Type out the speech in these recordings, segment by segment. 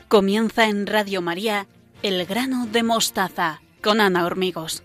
Comienza en Radio María El grano de mostaza con Ana Hormigos.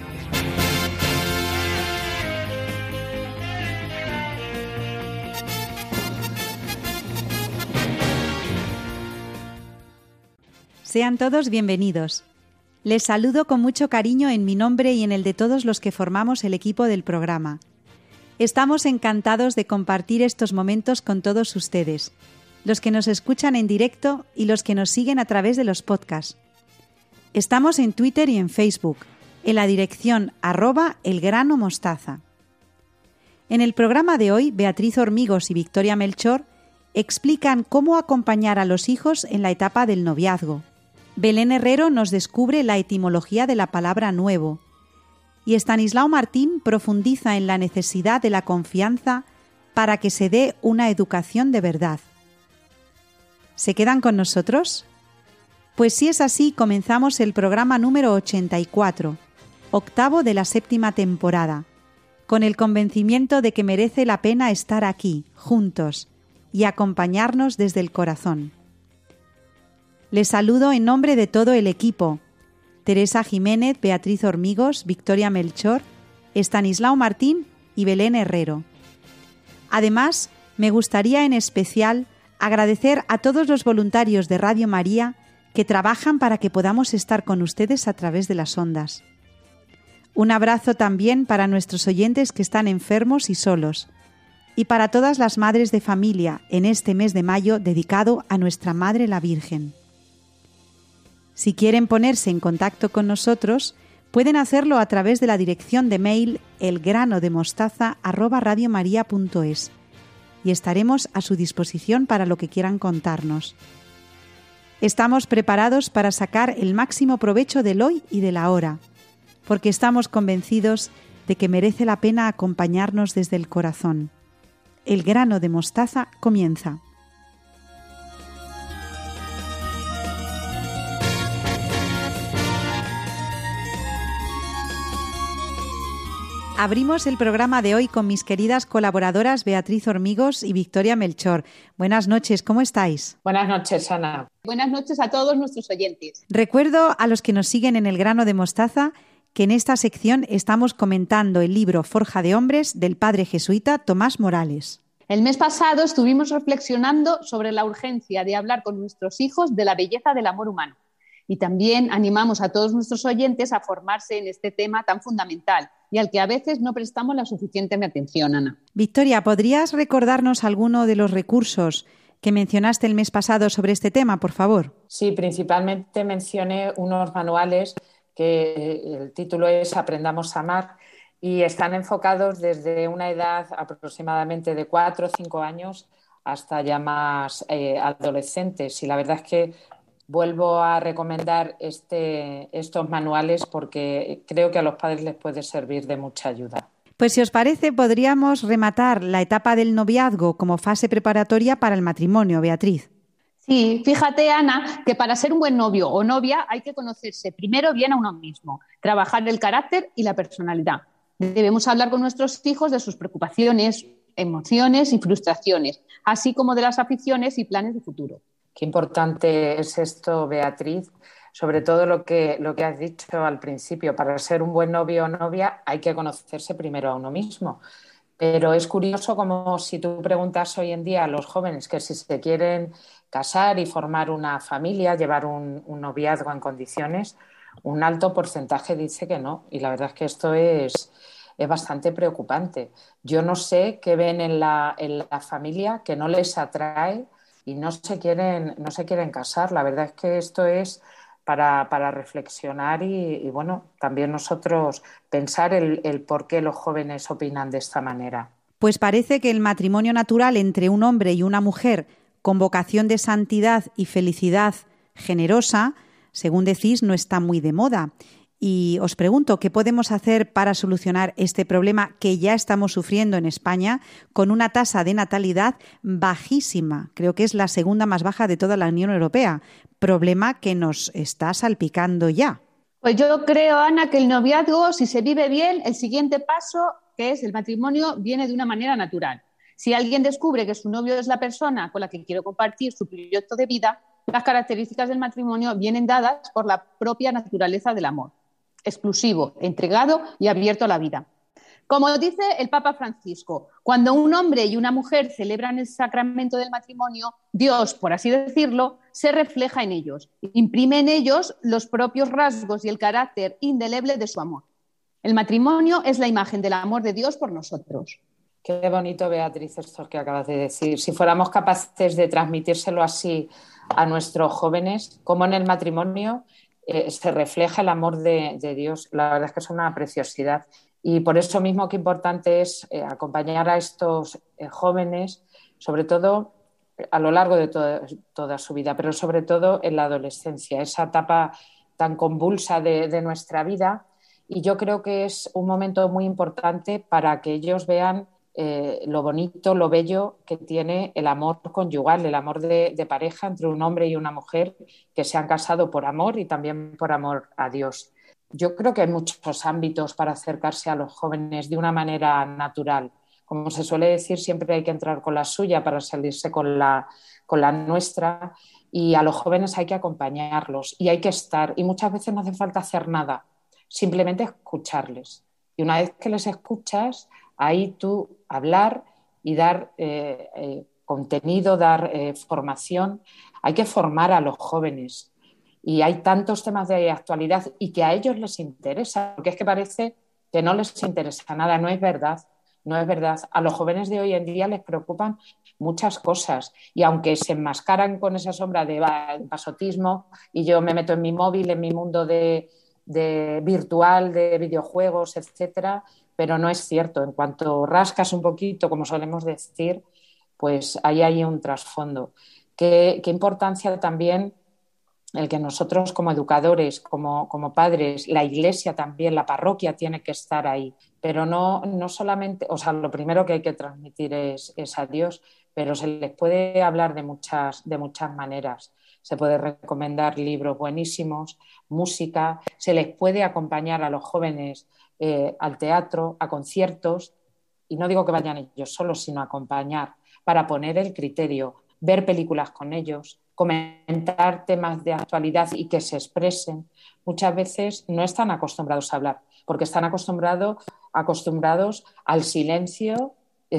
Sean todos bienvenidos. Les saludo con mucho cariño en mi nombre y en el de todos los que formamos el equipo del programa. Estamos encantados de compartir estos momentos con todos ustedes, los que nos escuchan en directo y los que nos siguen a través de los podcasts. Estamos en Twitter y en Facebook, en la dirección @elgranomostaza. En el programa de hoy, Beatriz Hormigos y Victoria Melchor explican cómo acompañar a los hijos en la etapa del noviazgo. Belén Herrero nos descubre la etimología de la palabra nuevo. Y Estanislao Martín profundiza en la necesidad de la confianza para que se dé una educación de verdad. ¿Se quedan con nosotros? Pues si es así, comenzamos el programa número 84, octavo de la 7ª temporada, con el convencimiento de que merece la pena estar aquí, juntos, y acompañarnos desde el corazón. Les saludo en nombre de todo el equipo: Teresa Jiménez, Beatriz Hormigos, Victoria Melchor, Estanislao Martín y Belén Herrero. Además, me gustaría en especial agradecer a todos los voluntarios de Radio María que trabajan para que podamos estar con ustedes a través de las ondas. Un abrazo también para nuestros oyentes que están enfermos y solos, y para todas las madres de familia en este mes de mayo dedicado a nuestra Madre la Virgen. Si quieren ponerse en contacto con nosotros, pueden hacerlo a través de la dirección de mail elgranodemostaza@radiomaria.es y estaremos a su disposición para lo que quieran contarnos. Estamos preparados para sacar el máximo provecho del hoy y del ahora, porque estamos convencidos de que merece la pena acompañarnos desde el corazón. El grano de mostaza comienza. Abrimos el programa de hoy con mis queridas colaboradoras Beatriz Hormigos y Victoria Melchor. Buenas noches, ¿cómo estáis? Buenas noches, Ana. Buenas noches a todos nuestros oyentes. Recuerdo a los que nos siguen en El grano de mostaza que en esta sección estamos comentando el libro Forja de hombres del padre jesuita Tomás Morales. El mes pasado estuvimos reflexionando sobre la urgencia de hablar con nuestros hijos de la belleza del amor humano. Y también animamos a todos nuestros oyentes a formarse en este tema tan fundamental y al que a veces no prestamos la suficiente atención, Ana. Victoria, ¿podrías recordarnos alguno de los recursos que mencionaste el mes pasado sobre este tema, por favor? Sí, principalmente mencioné unos manuales que el título es Aprendamos a amar y están enfocados desde una edad aproximadamente de 4 o 5 años hasta ya más adolescentes. Y la verdad es que vuelvo a recomendar estos manuales porque creo que a los padres les puede servir de mucha ayuda. Pues si os parece, podríamos rematar la etapa del noviazgo como fase preparatoria para el matrimonio, Beatriz. Sí, fíjate, Ana, que para ser un buen novio o novia hay que conocerse primero bien a uno mismo, trabajar el carácter y la personalidad. Debemos hablar con nuestros hijos de sus preocupaciones, emociones y frustraciones, así como de las aficiones y planes de futuro. Qué importante es esto, Beatriz, sobre todo lo que has dicho al principio. Para ser un buen novio o novia hay que conocerse primero a uno mismo. Pero es curioso como si tú preguntas hoy en día a los jóvenes que si se quieren casar y formar una familia, llevar un noviazgo en condiciones, un alto porcentaje dice que no. Y la verdad es que esto es bastante preocupante. Yo no sé qué ven en la familia que no les atrae y no se quieren casar. La verdad es que esto es para reflexionar y bueno, también nosotros pensar el por qué los jóvenes opinan de esta manera. Pues parece que el matrimonio natural entre un hombre y una mujer con vocación de santidad y felicidad generosa, según decís, no está muy de moda. Y os pregunto, ¿qué podemos hacer para solucionar este problema que ya estamos sufriendo en España con una tasa de natalidad bajísima? Creo que es la segunda más baja de toda la Unión Europea. Problema que nos está salpicando ya. Pues yo creo, Ana, que el noviazgo, si se vive bien, el siguiente paso, que es el matrimonio, viene de una manera natural. Si alguien descubre que su novio es la persona con la que quiere compartir su proyecto de vida, Las características del matrimonio vienen dadas por la propia naturaleza del amor, exclusivo, entregado y abierto a la vida. Como dice el Papa Francisco, cuando un hombre y una mujer celebran el sacramento del matrimonio, Dios, por así decirlo, se refleja en ellos, imprime en ellos los propios rasgos y el carácter indeleble de su amor. El matrimonio es la imagen del amor de Dios por nosotros. Qué bonito, Beatriz, esto que acabas de decir. Si fuéramos capaces de transmitírselo así a nuestros jóvenes, como en el matrimonio se refleja el amor de Dios, la verdad es que es una preciosidad. Y por eso mismo qué importante es acompañar a estos jóvenes, sobre todo a lo largo de toda su vida, pero sobre todo en la adolescencia, esa etapa tan convulsa de nuestra vida. Y yo creo que es un momento muy importante para que ellos vean lo bonito, lo bello que tiene el amor conyugal, el amor de pareja entre un hombre y una mujer que se han casado por amor y también por amor a Dios. Yo creo que hay muchos ámbitos para acercarse a los jóvenes de una manera natural. Como se suele decir, siempre hay que entrar con la suya para salirse con la nuestra, y a los jóvenes hay que acompañarlos y hay que estar, y muchas veces no hace falta hacer nada, simplemente escucharles. Y una vez que les escuchas, ahí tú hablar y dar contenido, dar formación. Hay que formar a los jóvenes. Y hay tantos temas de actualidad y que a ellos les interesa, porque es que parece que no les interesa nada. No es verdad, no es verdad. A los jóvenes de hoy en día les preocupan muchas cosas, y aunque se enmascaran con esa sombra de pasotismo y yo me meto en mi móvil, en mi mundo de virtual, de videojuegos, etcétera, pero no es cierto. En cuanto rascas un poquito, como solemos decir, pues ahí hay un trasfondo. Qué importancia también el que nosotros como educadores, como padres, la iglesia también, la parroquia tiene que estar ahí, pero no solamente, o sea, lo primero que hay que transmitir es a Dios, pero se les puede hablar de muchas maneras. Se puede recomendar libros buenísimos, música, se les puede acompañar a los jóvenes al teatro, a conciertos, y no digo que vayan ellos solos, sino acompañar para poner el criterio, ver películas con ellos, comentar temas de actualidad y que se expresen. Muchas veces no están acostumbrados a hablar, porque están acostumbrados al silencio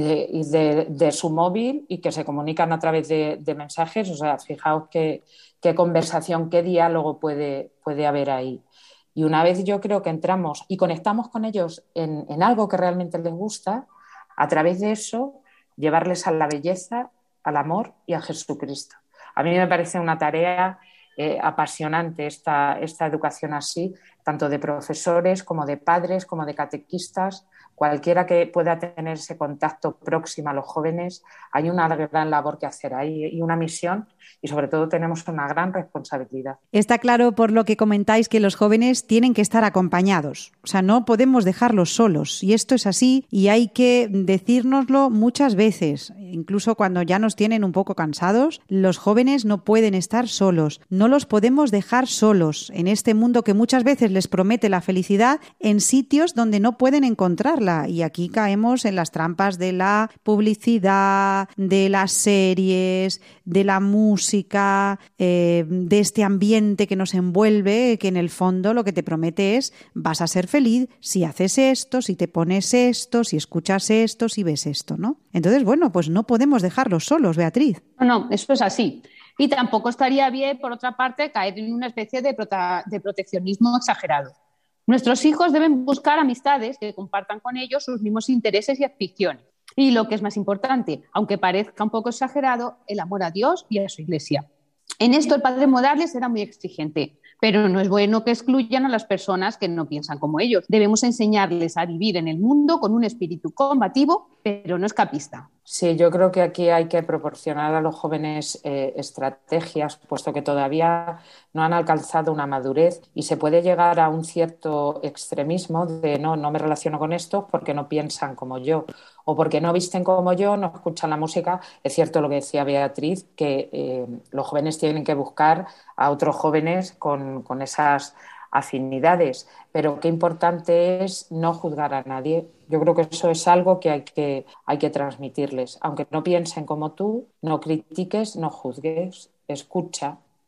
de su móvil, y que se comunican a través de mensajes. O sea, fijaos qué conversación, qué diálogo puede haber ahí. Y una vez yo creo que entramos y conectamos con ellos en algo que realmente les gusta, a través de eso llevarles a la belleza, al amor y a Jesucristo. A mí me parece una tarea apasionante esta educación así, tanto de profesores como de padres, como de catequistas, cualquiera que pueda tener ese contacto próximo a los jóvenes. Hay una gran labor que hacer ahí y una misión, y sobre todo tenemos una gran responsabilidad. Está claro por lo que comentáis que los jóvenes tienen que estar acompañados, o sea, no podemos dejarlos solos, y esto es así, y hay que decírnoslo muchas veces, incluso cuando ya nos tienen un poco cansados. Los jóvenes no pueden estar solos, no los podemos dejar solos en este mundo que muchas veces les promete la felicidad en sitios donde no pueden encontrarla. Y aquí caemos en las trampas de la publicidad, de las series, de la música, de este ambiente que nos envuelve, que en el fondo lo que te promete es: vas a ser feliz si haces esto, si te pones esto, si escuchas esto, si ves esto, ¿no? Entonces, bueno, pues no podemos dejarlos solos, Beatriz. No, eso es así. Y tampoco estaría bien, por otra parte, caer en una especie de proteccionismo exagerado. Nuestros hijos deben buscar amistades que compartan con ellos sus mismos intereses y aficiones. Y lo que es más importante, aunque parezca un poco exagerado, el amor a Dios y a su Iglesia. En esto el padre Morales era muy exigente, pero no es bueno que excluyan a las personas que no piensan como ellos. Debemos enseñarles a vivir en el mundo con un espíritu combativo, pero no escapista. Sí, yo creo que aquí hay que proporcionar a los jóvenes estrategias, puesto que todavía no han alcanzado una madurez, y se puede llegar a un cierto extremismo de no me relaciono con estos porque no piensan como yo, o porque no visten como yo, no escuchan la música. Es cierto lo que decía Beatriz, que los jóvenes tienen que buscar a otros jóvenes con esas afinidades, pero qué importante es no juzgar a nadie. Yo creo que eso es algo que hay que transmitirles. Aunque no piensen como tú, no critiques, no juzgues, escucha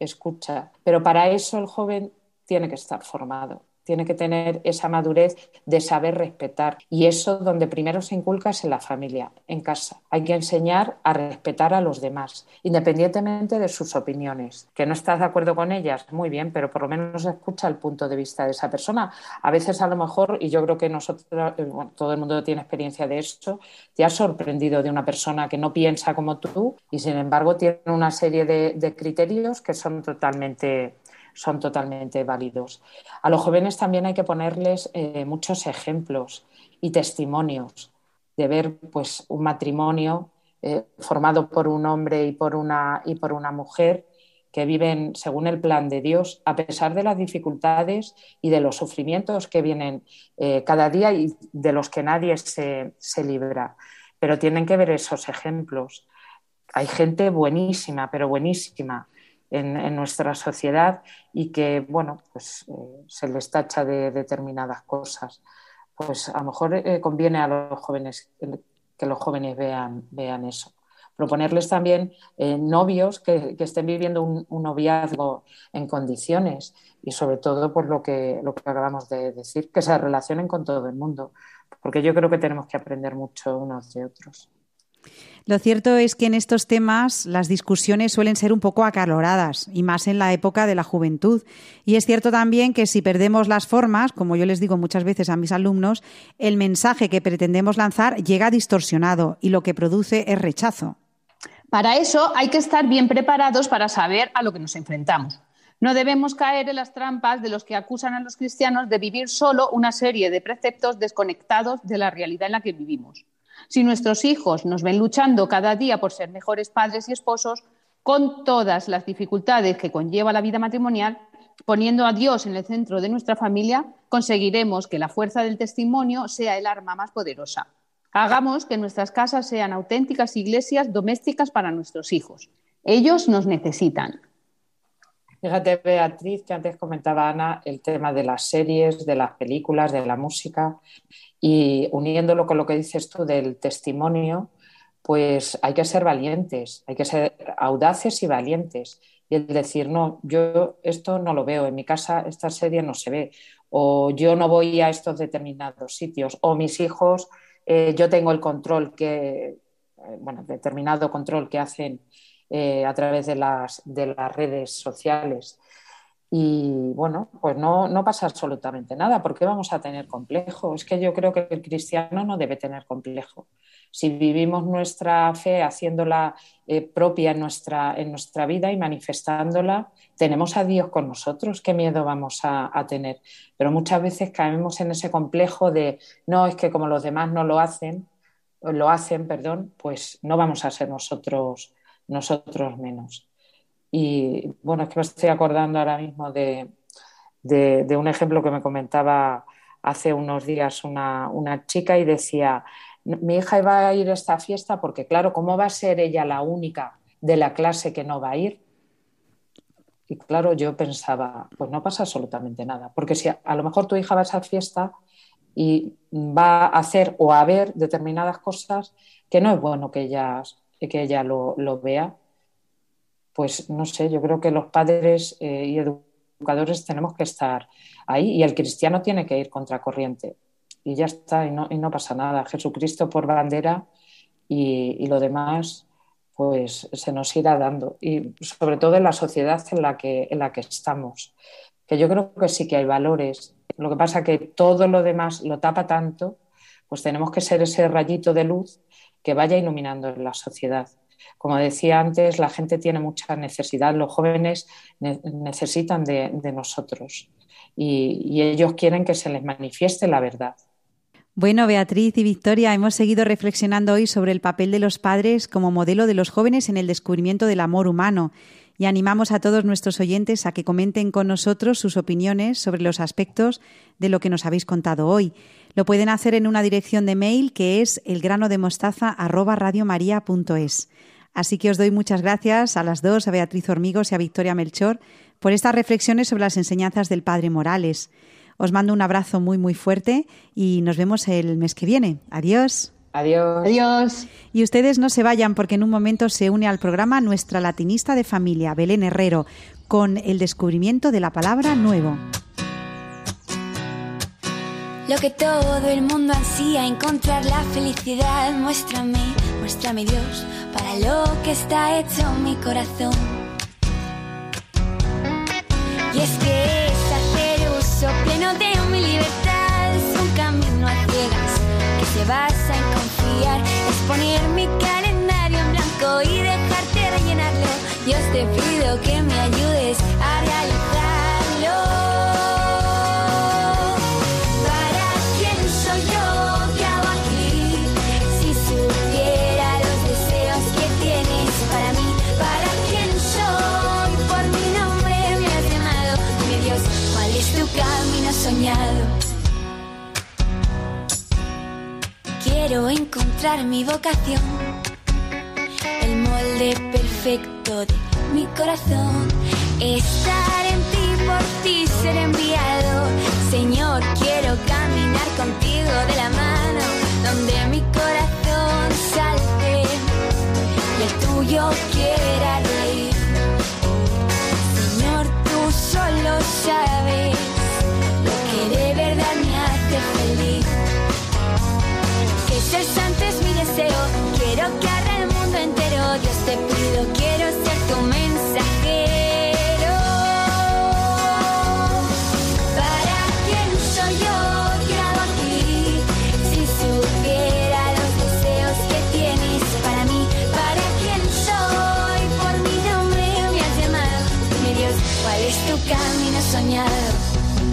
escucha. Pero para eso el joven tiene que estar formado. Tiene que tener esa madurez de saber respetar. Y eso donde primero se inculca es en la familia, en casa. Hay que enseñar a respetar a los demás, independientemente de sus opiniones. Que no estás de acuerdo con ellas, muy bien, pero por lo menos escucha el punto de vista de esa persona. A veces a lo mejor, y yo creo que nosotros, todo el mundo tiene experiencia de eso, te has sorprendido de una persona que no piensa como tú y sin embargo tiene una serie de criterios que son totalmente válidos. A los jóvenes también hay que ponerles muchos ejemplos y testimonios de ver pues, un matrimonio formado por un hombre y por una mujer que viven según el plan de Dios, a pesar de las dificultades y de los sufrimientos que vienen cada día y de los que nadie se libra. Pero tienen que ver esos ejemplos. Hay gente buenísima, pero buenísima, en nuestra sociedad y que, bueno, pues se les tacha de determinadas cosas. Pues a lo mejor conviene a los jóvenes que los jóvenes vean eso. Proponerles también novios que estén viviendo un noviazgo en condiciones y sobre todo por lo que acabamos de decir, que se relacionen con todo el mundo, porque yo creo que tenemos que aprender mucho unos de otros. Lo cierto es que en estos temas las discusiones suelen ser un poco acaloradas y más en la época de la juventud. Y es cierto también que si perdemos las formas, como yo les digo muchas veces a mis alumnos, el mensaje que pretendemos lanzar llega distorsionado y lo que produce es rechazo. Para eso hay que estar bien preparados para saber a lo que nos enfrentamos. No debemos caer en las trampas de los que acusan a los cristianos de vivir solo una serie de preceptos desconectados de la realidad en la que vivimos. Si nuestros hijos nos ven luchando cada día por ser mejores padres y esposos, con todas las dificultades que conlleva la vida matrimonial, poniendo a Dios en el centro de nuestra familia, conseguiremos que la fuerza del testimonio sea el arma más poderosa. Hagamos que nuestras casas sean auténticas iglesias domésticas para nuestros hijos. Ellos nos necesitan. Fíjate, Beatriz, que antes comentaba Ana el tema de las series, de las películas, de la música, y uniéndolo con lo que dices tú del testimonio, pues hay que ser valientes, hay que ser audaces y valientes. Y el decir, no, yo esto no lo veo, en mi casa esta serie no se ve, o yo no voy a estos determinados sitios, o mis hijos, yo tengo el control determinado control que hacen a través de las redes sociales. Y bueno, pues no pasa absolutamente nada. ¿Por qué vamos a tener complejo? Es que yo creo que el cristiano no debe tener complejo. Si vivimos nuestra fe haciéndola propia en nuestra vida y manifestándola, tenemos a Dios con nosotros. ¿Qué miedo vamos a tener? Pero muchas veces caemos en ese complejo de no, es que como los demás no lo hacen, pues no vamos a ser nosotros menos. Y bueno, es que me estoy acordando ahora mismo de un ejemplo que me comentaba hace unos días una chica y decía, mi hija iba a ir a esta fiesta porque claro, ¿cómo va a ser ella la única de la clase que no va a ir? Y claro, yo pensaba, pues no pasa absolutamente nada, porque si a lo mejor tu hija va a esa fiesta y va a hacer o a ver determinadas cosas que no es bueno que ella lo vea, pues no sé, yo creo que los padres y educadores tenemos que estar ahí y el cristiano tiene que ir contracorriente y ya está, y no pasa nada. Jesucristo por bandera y lo demás pues se nos irá dando y sobre todo en la sociedad en la que estamos, que yo creo que sí que hay valores. Lo que pasa que todo lo demás lo tapa tanto, pues tenemos que ser ese rayito de luz que vaya iluminando en la sociedad. Como decía antes, la gente tiene mucha necesidad, los jóvenes necesitan de nosotros y ellos quieren que se les manifieste la verdad. Bueno, Beatriz y Victoria, hemos seguido reflexionando hoy sobre el papel de los padres como modelo de los jóvenes en el descubrimiento del amor humano y animamos a todos nuestros oyentes a que comenten con nosotros sus opiniones sobre los aspectos de lo que nos habéis contado hoy. Lo pueden hacer en una dirección de mail que es elgranodemostaza@radiomaria.es. Así que os doy muchas gracias a las dos, a Beatriz Hormigos y a Victoria Melchor, por estas reflexiones sobre las enseñanzas del Padre Morales. Os mando un abrazo muy, muy fuerte y nos vemos el mes que viene. Adiós. Adiós. Adiós. Y ustedes no se vayan porque en un momento se une al programa nuestra latinista de familia, Belén Herrero, con el descubrimiento de la palabra nuevo. Lo que todo el mundo ansía, encontrar la felicidad. Muéstrame Dios, para lo que está hecho mi corazón. Y es que es hacer uso pleno de mi libertad. Es un camino a ciegas que se basa en confiar. Es poner mi calendario en blanco y dejarte rellenarlo. Dios, te pido que me ayudes a realizarlo. Camino soñado. Quiero encontrar mi vocación, el molde perfecto de mi corazón. Estar en ti, por ti ser enviado. Señor, quiero caminar contigo de la mano, donde mi corazón salte y el tuyo quiera reír. Señor, tú solo sabes que de verdad me hace feliz. Que ser santo es mi deseo. Quiero que arda el mundo entero. Dios, te pido, quiero ser tu mensajero. ¿Para quién soy yo? ¿Qué hago aquí? Si supiera los deseos que tienes para mí. ¿Para quién soy? Por mi nombre me has llamado. Dime, Dios, ¿cuál es tu camino soñado?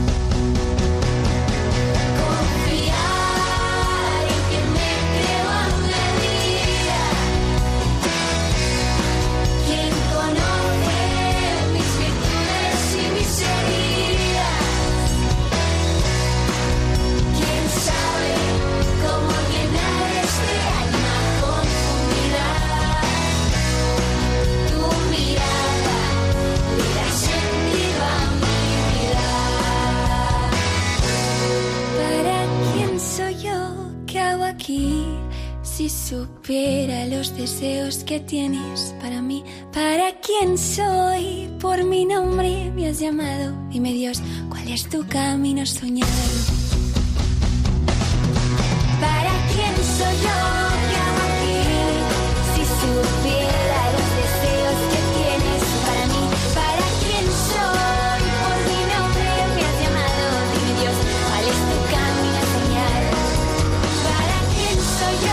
Si supiera los deseos que tienes para mí. ¿Para quién soy? Por mi nombre me has llamado. Dime, Dios, ¿cuál es tu camino soñado? ¿Para quién soy yo? ¿Qué hago aquí? Si supiera los deseos que tienes para mí. ¿Para quién soy? Por mi nombre me has llamado. Dime, Dios, ¿cuál es tu camino soñado? ¿Para quién soy yo?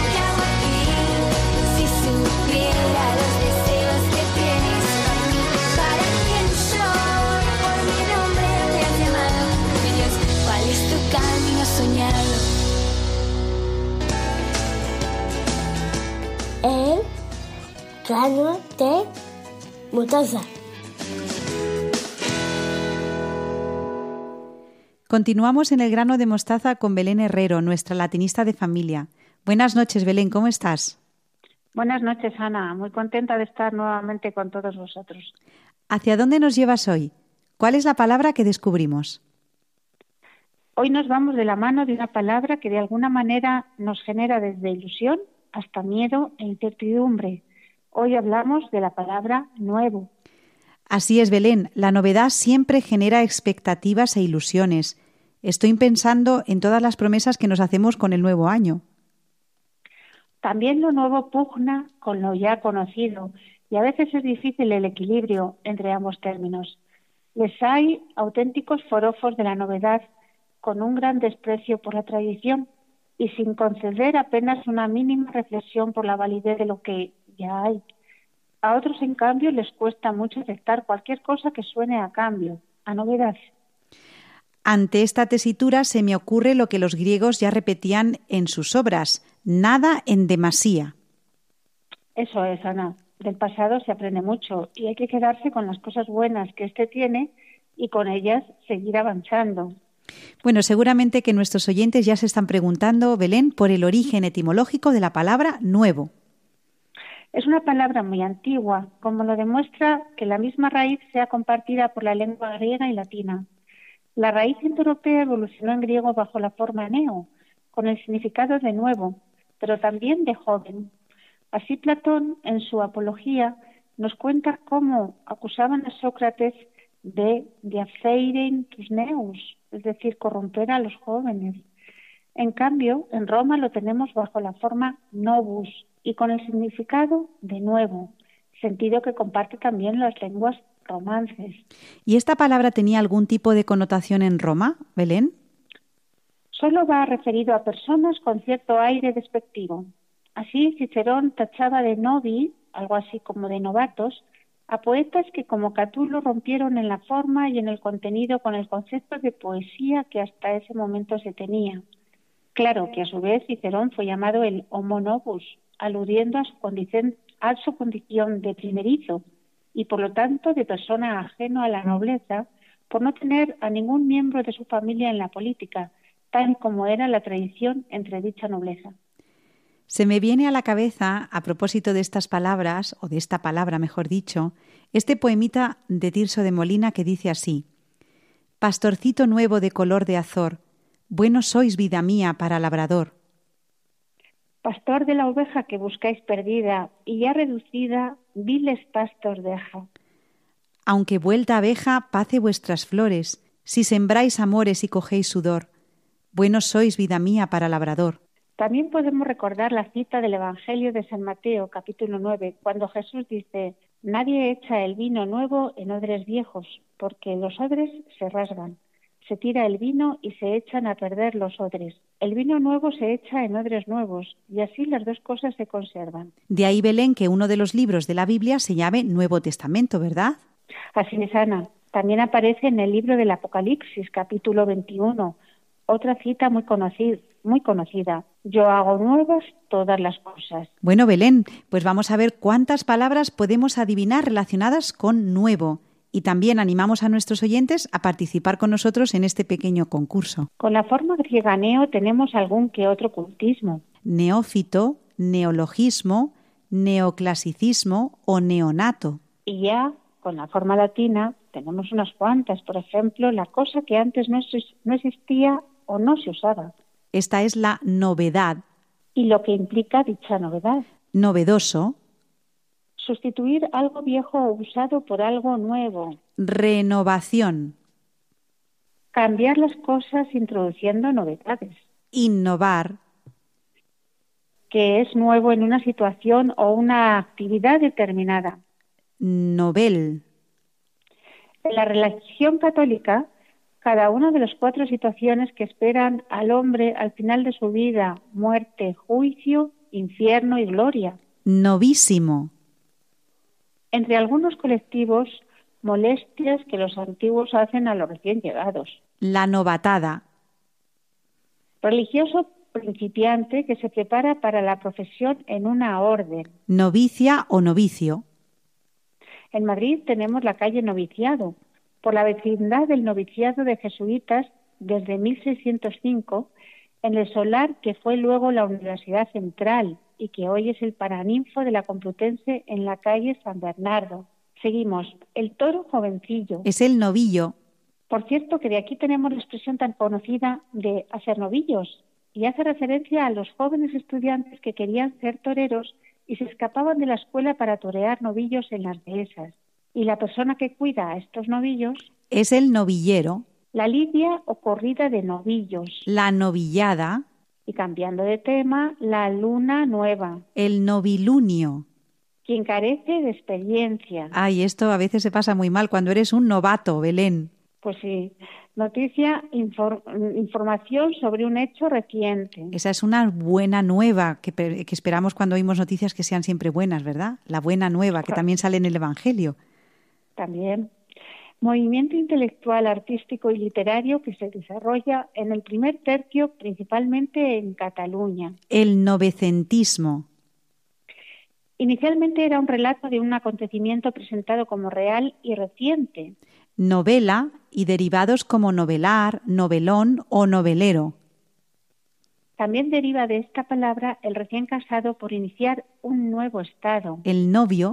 El grano de mostaza. Continuamos en el grano de mostaza con Belén Herrero, nuestra latinista de familia. Buenas noches, Belén, ¿cómo estás? Buenas noches, Ana. Muy contenta de estar nuevamente con todos vosotros. ¿Hacia dónde nos llevas hoy? ¿Cuál es la palabra que descubrimos? Hoy nos vamos de la mano de una palabra que de alguna manera nos genera desde ilusión hasta miedo e incertidumbre. Hoy hablamos de la palabra nuevo. Así es, Belén. La novedad siempre genera expectativas e ilusiones. Estoy pensando en todas las promesas que nos hacemos con el nuevo año. También lo nuevo pugna con lo ya conocido y a veces es difícil el equilibrio entre ambos términos. Les hay auténticos forofos de la novedad con un gran desprecio por la tradición y sin conceder apenas una mínima reflexión por la validez de lo que ya hay. A otros, en cambio, les cuesta mucho aceptar cualquier cosa que suene a cambio, a novedad. Ante esta tesitura se me ocurre lo que los griegos ya repetían en sus obras: nada en demasía. Eso es, Ana. Del pasado se aprende mucho y hay que quedarse con las cosas buenas que éste tiene y con ellas seguir avanzando. Bueno, seguramente que nuestros oyentes ya se están preguntando, Belén, por el origen etimológico de la palabra nuevo. Es una palabra muy antigua, como lo demuestra que la misma raíz sea compartida por la lengua griega y latina. La raíz indoeuropea evolucionó en griego bajo la forma neo, con el significado de nuevo, pero también de joven. Así Platón, en su Apología, nos cuenta cómo acusaban a Sócrates de diafeirein tus neus, es decir, corromper a los jóvenes. En cambio, en Roma lo tenemos bajo la forma novus y con el significado de nuevo, sentido que comparte también las lenguas romances. ¿Y esta palabra tenía algún tipo de connotación en Roma, Belén? Solo va referido a personas con cierto aire despectivo. Así, Cicerón tachaba de novi, algo así como de novatos, a poetas que como Catulo rompieron en la forma y en el contenido con el concepto de poesía que hasta ese momento se tenía. Claro que a su vez Cicerón fue llamado el homo novus, aludiendo a su condición de primerizo y por lo tanto de persona ajeno a la nobleza, por no tener a ningún miembro de su familia en la política, tal como era la tradición entre dicha nobleza. Se me viene a la cabeza, a propósito de estas palabras, o de esta palabra mejor dicho, este poemita de Tirso de Molina que dice así: Pastorcito nuevo de color de azor, bueno sois vida mía para labrador. Pastor de la oveja que buscáis perdida y ya reducida, viles pastos deja. Aunque vuelta abeja, pace vuestras flores, si sembráis amores y cogéis sudor, buenos sois vida mía para labrador. También podemos recordar la cita del Evangelio de San Mateo, capítulo 9, cuando Jesús dice: nadie echa el vino nuevo en odres viejos, porque los odres se rasgan. Se tira el vino y se echan a perder los odres. El vino nuevo se echa en odres nuevos, y así las dos cosas se conservan. De ahí, Belén, que uno de los libros de la Biblia se llame Nuevo Testamento, ¿verdad? Así es, Ana. También aparece en el libro del Apocalipsis, capítulo 21, otra cita muy conocida. Yo hago nuevas todas las cosas. Bueno, Belén, pues vamos a ver cuántas palabras podemos adivinar relacionadas con nuevo. Y también animamos a nuestros oyentes a participar con nosotros en este pequeño concurso. Con la forma griega neo tenemos algún que otro cultismo. Neófito, neologismo, neoclasicismo o neonato. Y ya con la forma latina tenemos unas cuantas. Por ejemplo, la cosa que antes no existía o no se usaba. Esta es la novedad. Y lo que implica dicha novedad. Novedoso. Sustituir algo viejo o usado por algo nuevo. Renovación. Cambiar las cosas introduciendo novedades. Innovar. Que es nuevo en una situación o una actividad determinada. Novel. En la religión católica, cada una de las 4 situaciones que esperan al hombre al final de su vida: muerte, juicio, infierno y gloria. Novísimo. Entre algunos colectivos, molestias que los antiguos hacen a los recién llegados. La novatada. Religioso principiante que se prepara para la profesión en una orden. Novicia o novicio. En Madrid tenemos la calle Noviciado, por la vecindad del noviciado de jesuitas desde 1605, en el solar que fue luego la Universidad Central y que hoy es el Paraninfo de la Complutense en la calle San Bernardo. Seguimos. El toro jovencillo. Es el novillo. Por cierto, que de aquí tenemos la expresión tan conocida de hacer novillos, y hace referencia a los jóvenes estudiantes que querían ser toreros y se escapaban de la escuela para torear novillos en las dehesas. Y la persona que cuida a estos novillos es el novillero. La lidia o corrida de novillos. La novillada. Y cambiando de tema, la luna nueva. El novilunio. Quien carece de experiencia. Ay, esto a veces se pasa muy mal cuando eres un novato, Belén. Pues sí. Noticia, información sobre un hecho reciente. Esa es una buena nueva que esperamos cuando oímos noticias que sean siempre buenas, ¿verdad? La buena nueva, que también sale en el Evangelio. También. Movimiento intelectual, artístico y literario que se desarrolla en el primer tercio, principalmente en Cataluña. El novecentismo. Inicialmente era un relato de un acontecimiento presentado como real y reciente. Novela y derivados como novelar, novelón o novelero. También deriva de esta palabra el recién casado por iniciar un nuevo estado. El novio.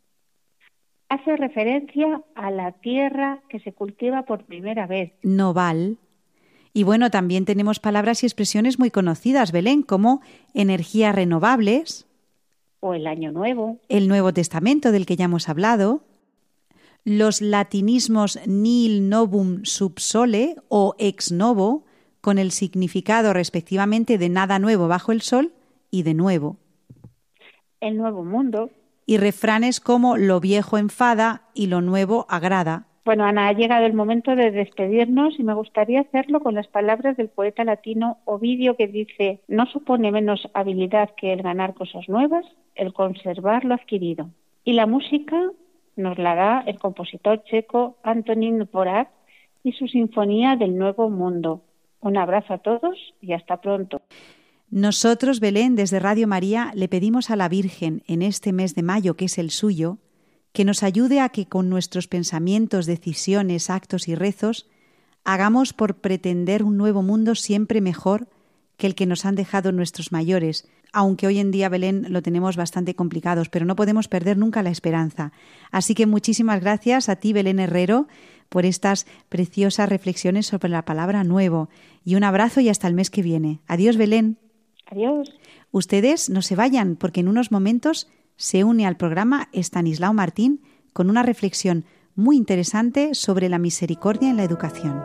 Hace referencia a la tierra que se cultiva por primera vez. Noval. Y bueno, también tenemos palabras y expresiones muy conocidas, Belén, como energías renovables. o el Año Nuevo. El Nuevo Testamento, del que ya hemos hablado. Los latinismos nihil novum sub sole o ex novo, con el significado respectivamente de nada nuevo bajo el sol y de nuevo. El Nuevo Mundo. Y refranes como lo viejo enfada y lo nuevo agrada. Bueno, Ana, ha llegado el momento de despedirnos y me gustaría hacerlo con las palabras del poeta latino Ovidio, que dice: no supone menos habilidad que el ganar cosas nuevas, el conservar lo adquirido. Y la música nos la da el compositor checo Antonín Dvořák y su Sinfonía del Nuevo Mundo. Un abrazo a todos y hasta pronto. Nosotros, Belén, desde Radio María, le pedimos a la Virgen, en este mes de mayo, que es el suyo, que nos ayude a que con nuestros pensamientos, decisiones, actos y rezos hagamos por pretender un nuevo mundo siempre mejor que el que nos han dejado nuestros mayores, aunque hoy en día, Belén, lo tenemos bastante complicados, pero no podemos perder nunca la esperanza. Así que muchísimas gracias a ti, Belén Herrero, por estas preciosas reflexiones sobre la palabra nuevo. Y un abrazo y hasta el mes que viene. Adiós, Belén. Adiós. Ustedes no se vayan, porque en unos momentos se une al programa Estanislao Martín con una reflexión muy interesante sobre la misericordia en la educación.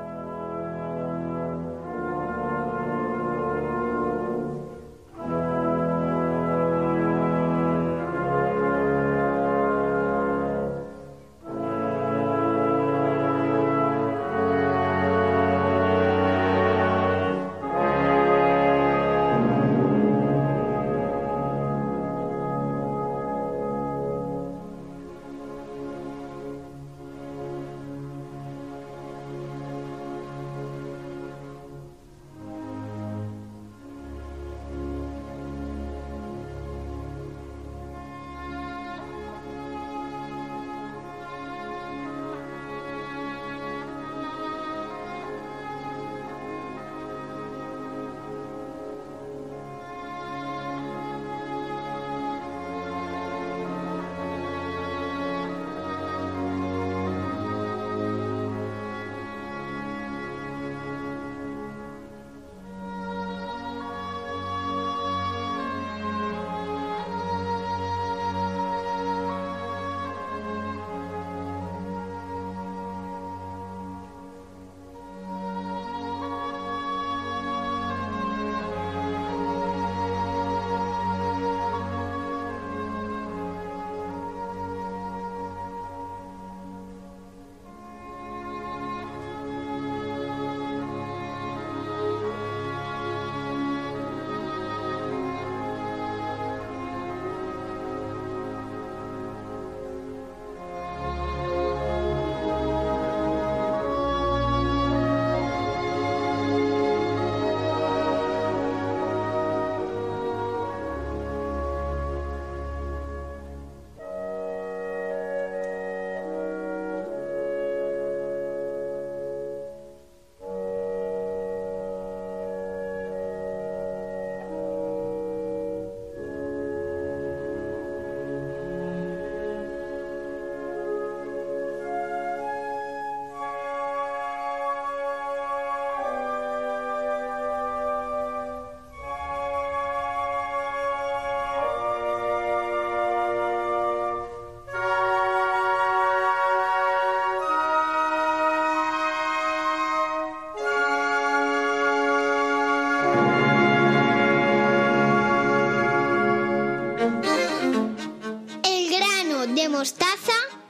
Mostaza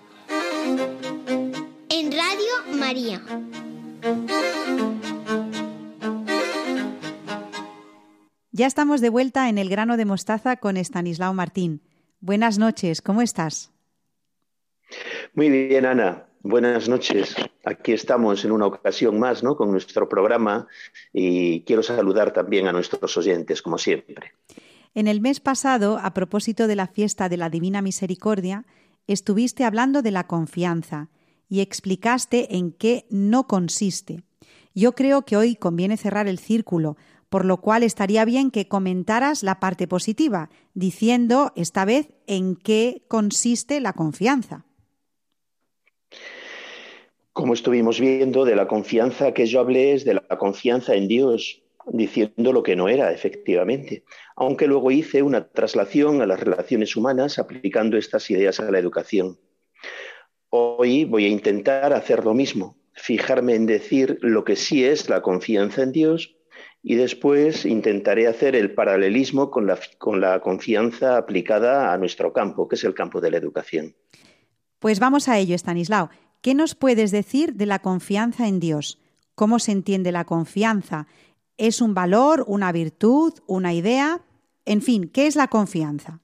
en Radio María. Ya estamos de vuelta en El grano de mostaza con Estanislao Martín. Buenas noches, ¿cómo estás? Muy bien, Ana. Buenas noches. Aquí estamos en una ocasión más, ¿no?, con nuestro programa, y quiero saludar también a nuestros oyentes, como siempre. En el mes pasado, a propósito de la fiesta de la Divina Misericordia, estuviste hablando de la confianza y explicaste en qué no consiste. Yo creo que hoy conviene cerrar el círculo, por lo cual estaría bien que comentaras la parte positiva, diciendo esta vez en qué consiste la confianza. Como estuvimos viendo, de la confianza que yo hablé es de la confianza en Dios, diciendo lo que no era, efectivamente. Aunque luego hice una traslación a las relaciones humanas aplicando estas ideas a la educación. Hoy voy a intentar hacer lo mismo, fijarme en decir lo que sí es la confianza en Dios y después intentaré hacer el paralelismo con la confianza aplicada a nuestro campo, que es el campo de la educación. Pues vamos a ello, Estanislao. ¿Qué nos puedes decir de la confianza en Dios? ¿Cómo se entiende la confianza? ¿Es un valor, una virtud, una idea? En fin, ¿qué es la confianza?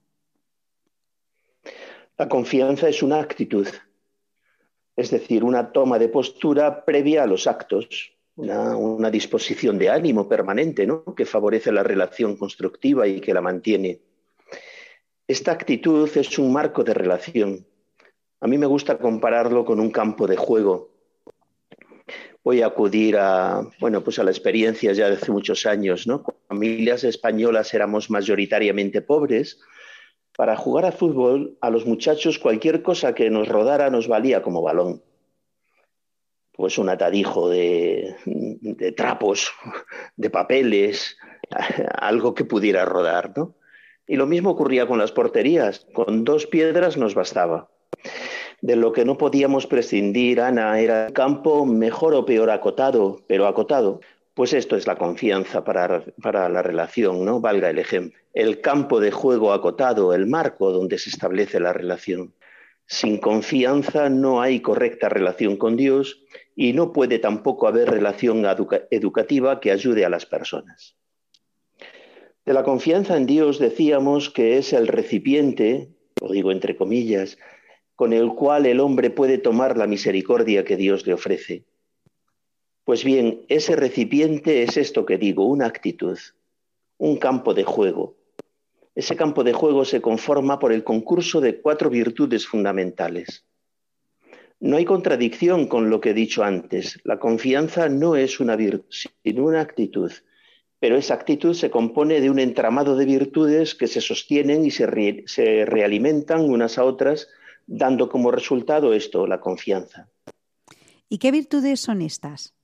La confianza es una actitud, es decir, una toma de postura previa a los actos, una disposición de ánimo permanente, ¿no?, que favorece la relación constructiva y que la mantiene. Esta actitud es un marco de relación. A mí me gusta compararlo con un campo de juego. Voy a acudir a la experiencia ya de hace muchos años, ¿no? Con familias españolas éramos mayoritariamente pobres. Para jugar a fútbol, a los muchachos cualquier cosa que nos rodara nos valía como balón. Pues un atadijo de trapos, de papeles, algo que pudiera rodar, ¿no? Y lo mismo ocurría con las porterías. Con 2 piedras nos bastaba. De lo que no podíamos prescindir, Ana, era el campo mejor o peor acotado, pero acotado. Pues esto es la confianza para la relación, ¿no? Valga el ejemplo. El campo de juego acotado, el marco donde se establece la relación. Sin confianza no hay correcta relación con Dios y no puede tampoco haber relación educativa que ayude a las personas. De la confianza en Dios decíamos que es el recipiente, lo digo entre comillas, con el cual el hombre puede tomar la misericordia que Dios le ofrece. Pues bien, ese recipiente es esto que digo, una actitud, un campo de juego. Ese campo de juego se conforma por el concurso de 4 virtudes fundamentales. No hay contradicción con lo que he dicho antes. La confianza no es una virtud, sino una actitud. Pero esa actitud se compone de un entramado de virtudes que se sostienen y se realimentan unas a otras, dando como resultado esto, la confianza. ¿Y qué virtudes son estas?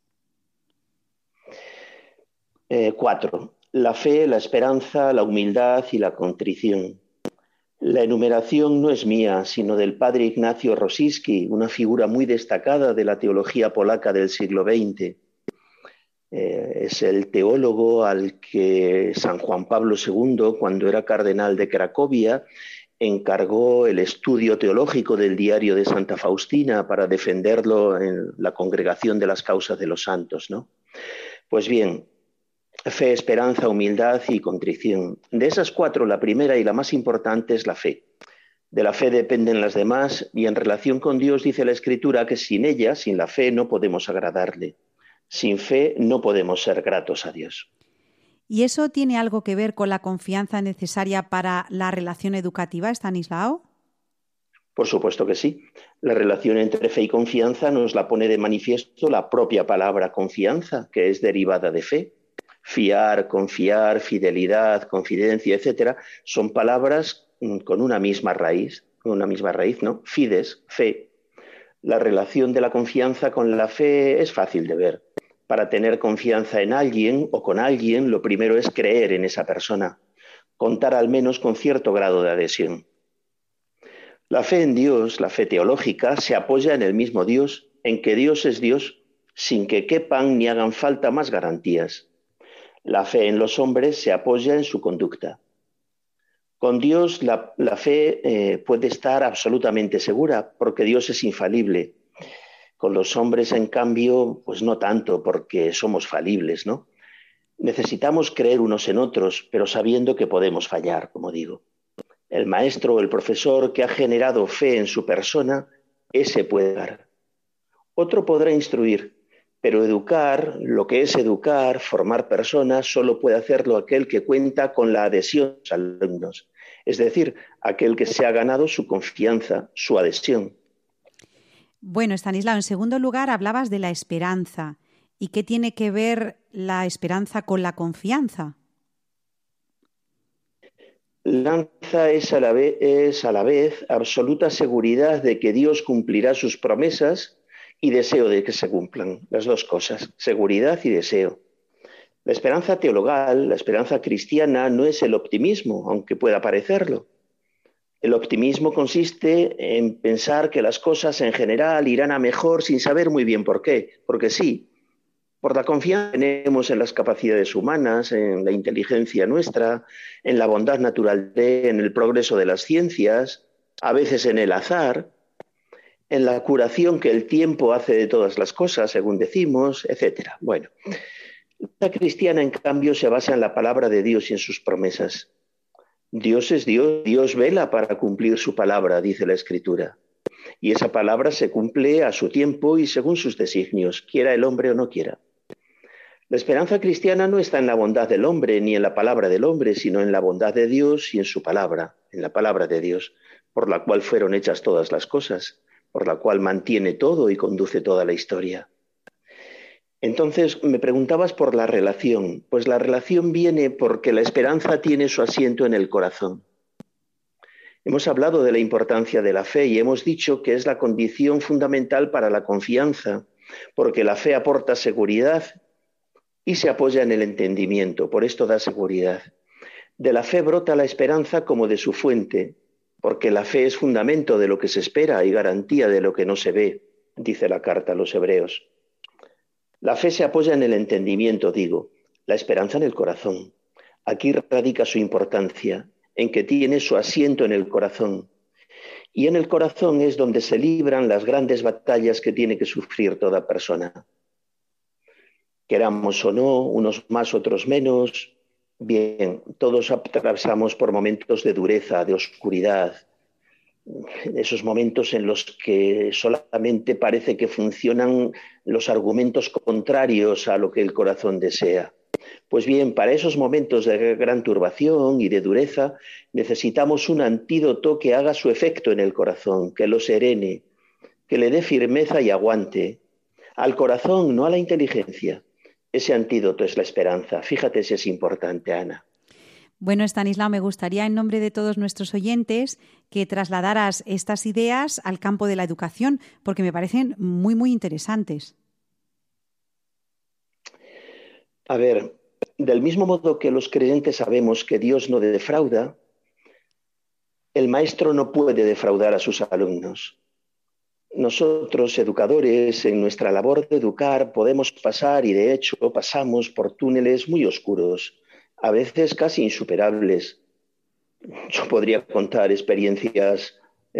4. La fe, la esperanza, la humildad y la contrición. La enumeración no es mía, sino del padre Ignacio Rossicki, una figura muy destacada de la teología polaca del siglo XX. Es el teólogo al que San Juan Pablo II, cuando era cardenal de Cracovia, encargó el estudio teológico del diario de Santa Faustina para defenderlo en la Congregación de las Causas de los Santos, ¿no? Pues bien, fe, esperanza, humildad y contrición. De esas 4, la primera y la más importante es la fe. De la fe dependen las demás y en relación con Dios dice la Escritura que sin ella, sin la fe, no podemos agradarle. Sin fe no podemos ser gratos a Dios. ¿Y eso tiene algo que ver con la confianza necesaria para la relación educativa, Estanislao? Por supuesto que sí. La relación entre fe y confianza nos la pone de manifiesto la propia palabra confianza, que es derivada de fe. Fiar, confiar, fidelidad, confidencia, etcétera, son palabras con una misma raíz, ¿no? Fides, fe. La relación de la confianza con la fe es fácil de ver. Para tener confianza en alguien o con alguien, lo primero es creer en esa persona, contar al menos con cierto grado de adhesión. La fe en Dios, la fe teológica, se apoya en el mismo Dios, en que Dios es Dios, sin que quepan ni hagan falta más garantías. La fe en los hombres se apoya en su conducta. Con Dios la fe puede estar absolutamente segura, porque Dios es infalible. Con los hombres, en cambio, pues no tanto, porque somos falibles, ¿no? Necesitamos creer unos en otros, pero sabiendo que podemos fallar, como digo. El maestro o el profesor que ha generado fe en su persona, ese puede dar. Otro podrá instruir, pero educar, lo que es educar, formar personas, solo puede hacerlo aquel que cuenta con la adhesión de los alumnos, es decir, aquel que se ha ganado su confianza, su adhesión. Bueno, Estanislao, en segundo lugar hablabas de la esperanza. ¿Y qué tiene que ver la esperanza con la confianza? La esperanza es a la vez absoluta seguridad de que Dios cumplirá sus promesas y deseo de que se cumplan, las dos cosas, seguridad y deseo. La esperanza teologal, la esperanza cristiana, no es el optimismo, aunque pueda parecerlo. El optimismo consiste en pensar que las cosas en general irán a mejor sin saber muy bien por qué, porque sí, por la confianza que tenemos en las capacidades humanas, en la inteligencia nuestra, en la bondad natural, en el progreso de las ciencias, a veces en el azar, en la curación que el tiempo hace de todas las cosas, según decimos, etc. Bueno, la cristiana, en cambio, se basa en la palabra de Dios y en sus promesas. Dios es Dios, Dios vela para cumplir su palabra, dice la Escritura. Y esa palabra se cumple a su tiempo y según sus designios, quiera el hombre o no quiera. La esperanza cristiana no está en la bondad del hombre ni en la palabra del hombre, sino en la bondad de Dios y en su palabra, en la palabra de Dios, por la cual fueron hechas todas las cosas, por la cual mantiene todo y conduce toda la historia. Entonces, me preguntabas por la relación. Pues la relación viene porque la esperanza tiene su asiento en el corazón. Hemos hablado de la importancia de la fe y hemos dicho que es la condición fundamental para la confianza, porque la fe aporta seguridad y se apoya en el entendimiento, por esto da seguridad. De la fe brota la esperanza como de su fuente, porque la fe es fundamento de lo que se espera y garantía de lo que no se ve, dice la carta a los Hebreos. La fe se apoya en el entendimiento, digo, la esperanza en el corazón. Aquí radica su importancia, en que tiene su asiento en el corazón. Y en el corazón es donde se libran las grandes batallas que tiene que sufrir toda persona. Queramos o no, unos más, otros menos, bien, todos atravesamos por momentos de dureza, de oscuridad, esos momentos en los que solamente parece que funcionan los argumentos contrarios a lo que el corazón desea. Pues bien, para esos momentos de gran turbación y de dureza, necesitamos un antídoto que haga su efecto en el corazón, que lo serene, que le dé firmeza y aguante. Al corazón, no a la inteligencia. Ese antídoto es la esperanza. Fíjate si es importante, Ana. Bueno, Estanislao, me gustaría en nombre de todos nuestros oyentes que trasladaras estas ideas al campo de la educación, porque me parecen muy, muy interesantes. A ver, del mismo modo que los creyentes sabemos que Dios no defrauda, el maestro no puede defraudar a sus alumnos. Nosotros, educadores, en nuestra labor de educar, podemos pasar, y de hecho pasamos por túneles muy oscuros, a veces casi insuperables. Yo podría contar experiencias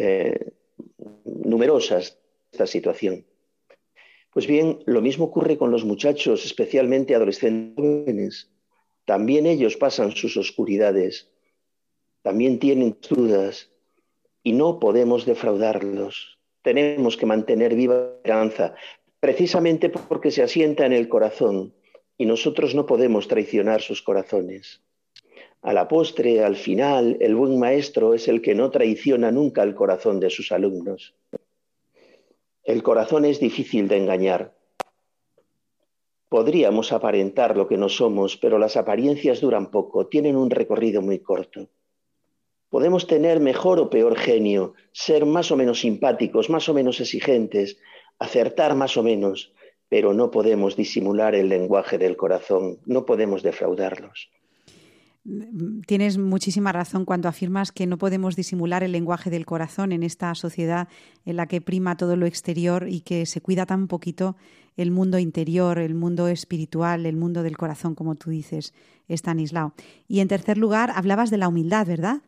numerosas de esta situación. Pues bien, lo mismo ocurre con los muchachos, especialmente adolescentes jóvenes. También ellos pasan sus oscuridades, también tienen dudas y no podemos defraudarlos. Tenemos que mantener viva la esperanza, precisamente porque se asienta en el corazón y nosotros no podemos traicionar sus corazones. A la postre, al final, el buen maestro es el que no traiciona nunca el corazón de sus alumnos. El corazón es difícil de engañar. Podríamos aparentar lo que no somos, pero las apariencias duran poco, tienen un recorrido muy corto. Podemos tener mejor o peor genio, ser más o menos simpáticos, más o menos exigentes, acertar más o menos, pero no podemos disimular el lenguaje del corazón, no podemos defraudarlos. Tienes muchísima razón cuando afirmas que no podemos disimular el lenguaje del corazón en esta sociedad en la que prima todo lo exterior y que se cuida tan poquito el mundo interior, el mundo espiritual, el mundo del corazón, como tú dices, Estanislao. Y en tercer lugar, hablabas de la humildad, ¿verdad?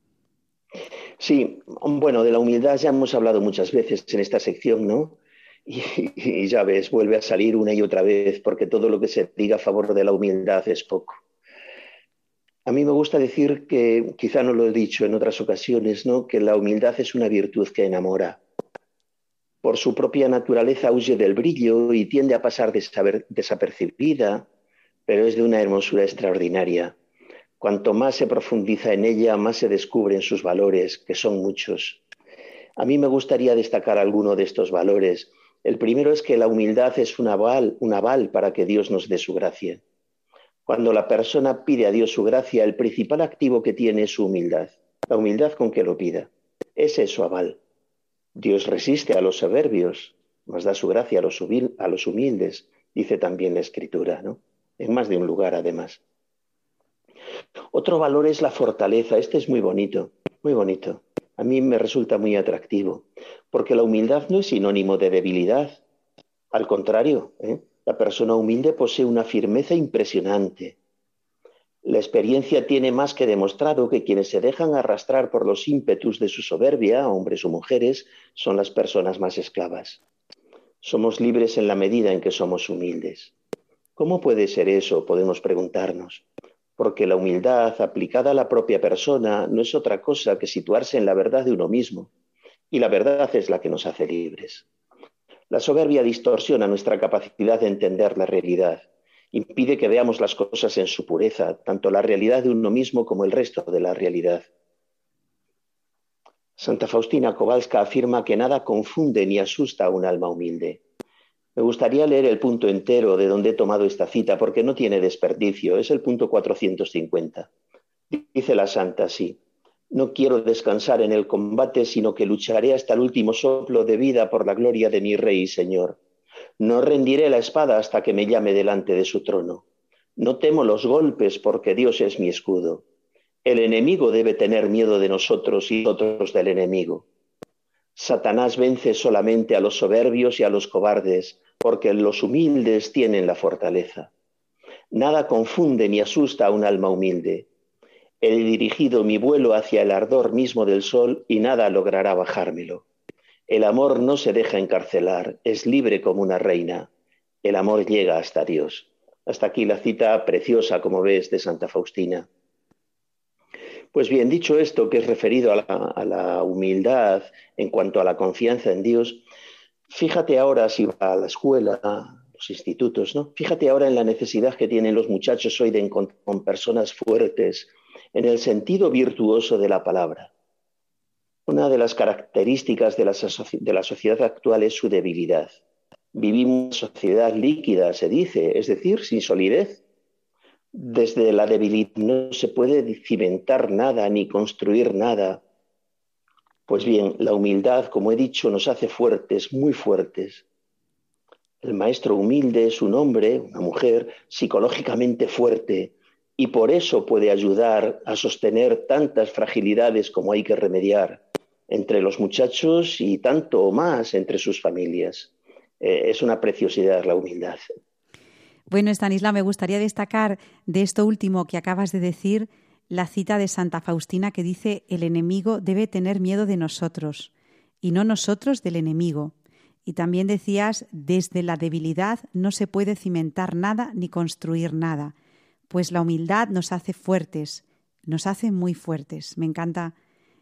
Sí, bueno, de la humildad ya hemos hablado muchas veces en esta sección, ¿no? Y ya ves, vuelve a salir una y otra vez porque todo lo que se diga a favor de la humildad es poco. A mí me gusta decir que, quizá no lo he dicho en otras ocasiones, ¿no?, que la humildad es una virtud que enamora. Por su propia naturaleza huye del brillo y tiende a pasar desapercibida, pero es de una hermosura extraordinaria. Cuanto más se profundiza en ella, más se descubren sus valores, que son muchos. A mí me gustaría destacar alguno de estos valores. El primero es que la humildad es un aval para que Dios nos dé su gracia. Cuando la persona pide a Dios su gracia, el principal activo que tiene es su humildad. La humildad con que lo pida. Ese es su aval. Dios resiste a los soberbios, mas da su gracia a los humildes, dice también la Escritura, ¿no? en más de un lugar además. Otro valor es la fortaleza. Este es muy bonito, muy bonito. A mí me resulta muy atractivo, porque la humildad no es sinónimo de debilidad. Al contrario, la persona humilde posee una firmeza impresionante. La experiencia tiene más que demostrado que quienes se dejan arrastrar por los ímpetus de su soberbia, hombres o mujeres, son las personas más esclavas. Somos libres en la medida en que somos humildes. ¿Cómo puede ser eso?, podemos preguntarnos. Porque la humildad aplicada a la propia persona no es otra cosa que situarse en la verdad de uno mismo, y la verdad es la que nos hace libres. La soberbia distorsiona nuestra capacidad de entender la realidad, impide que veamos las cosas en su pureza, tanto la realidad de uno mismo como el resto de la realidad. Santa Faustina Kowalska afirma que nada confunde ni asusta a un alma humilde. Me gustaría leer el punto entero de donde he tomado esta cita, porque no tiene desperdicio. Es el punto 450. Dice la santa así: no quiero descansar en el combate, sino que lucharé hasta el último soplo de vida por la gloria de mi Rey y Señor. No rendiré la espada hasta que me llame delante de su trono. No temo los golpes, porque Dios es mi escudo. El enemigo debe tener miedo de nosotros y nosotros del enemigo. Satanás vence solamente a los soberbios y a los cobardes, porque los humildes tienen la fortaleza. Nada confunde ni asusta a un alma humilde. He dirigido mi vuelo hacia el ardor mismo del sol y nada logrará bajármelo. El amor no se deja encarcelar, es libre como una reina. El amor llega hasta Dios. Hasta aquí la cita preciosa, como ves, de Santa Faustina. Pues bien, dicho esto, que es referido a la humildad en cuanto a la confianza en Dios, fíjate ahora, si va a la escuela, a los institutos, ¿no? Fíjate ahora en la necesidad que tienen los muchachos hoy de encontrar con personas fuertes, en el sentido virtuoso de la palabra. Una de las características de la sociedad actual es su debilidad. Vivimos en una sociedad líquida, se dice, es decir, sin solidez. Desde la debilidad no se puede cimentar nada ni construir nada. Pues bien, la humildad, como he dicho, nos hace fuertes, muy fuertes. El maestro humilde es un hombre, una mujer, psicológicamente fuerte, y por eso puede ayudar a sostener tantas fragilidades como hay que remediar entre los muchachos y tanto o más entre sus familias. Es una preciosidad la humildad. Bueno, Estanislao, me gustaría destacar de esto último que acabas de decir la cita de Santa Faustina que dice: el enemigo debe tener miedo de nosotros y no nosotros del enemigo. Y también decías: desde la debilidad no se puede cimentar nada ni construir nada, pues la humildad nos hace fuertes, nos hace muy fuertes. Me encanta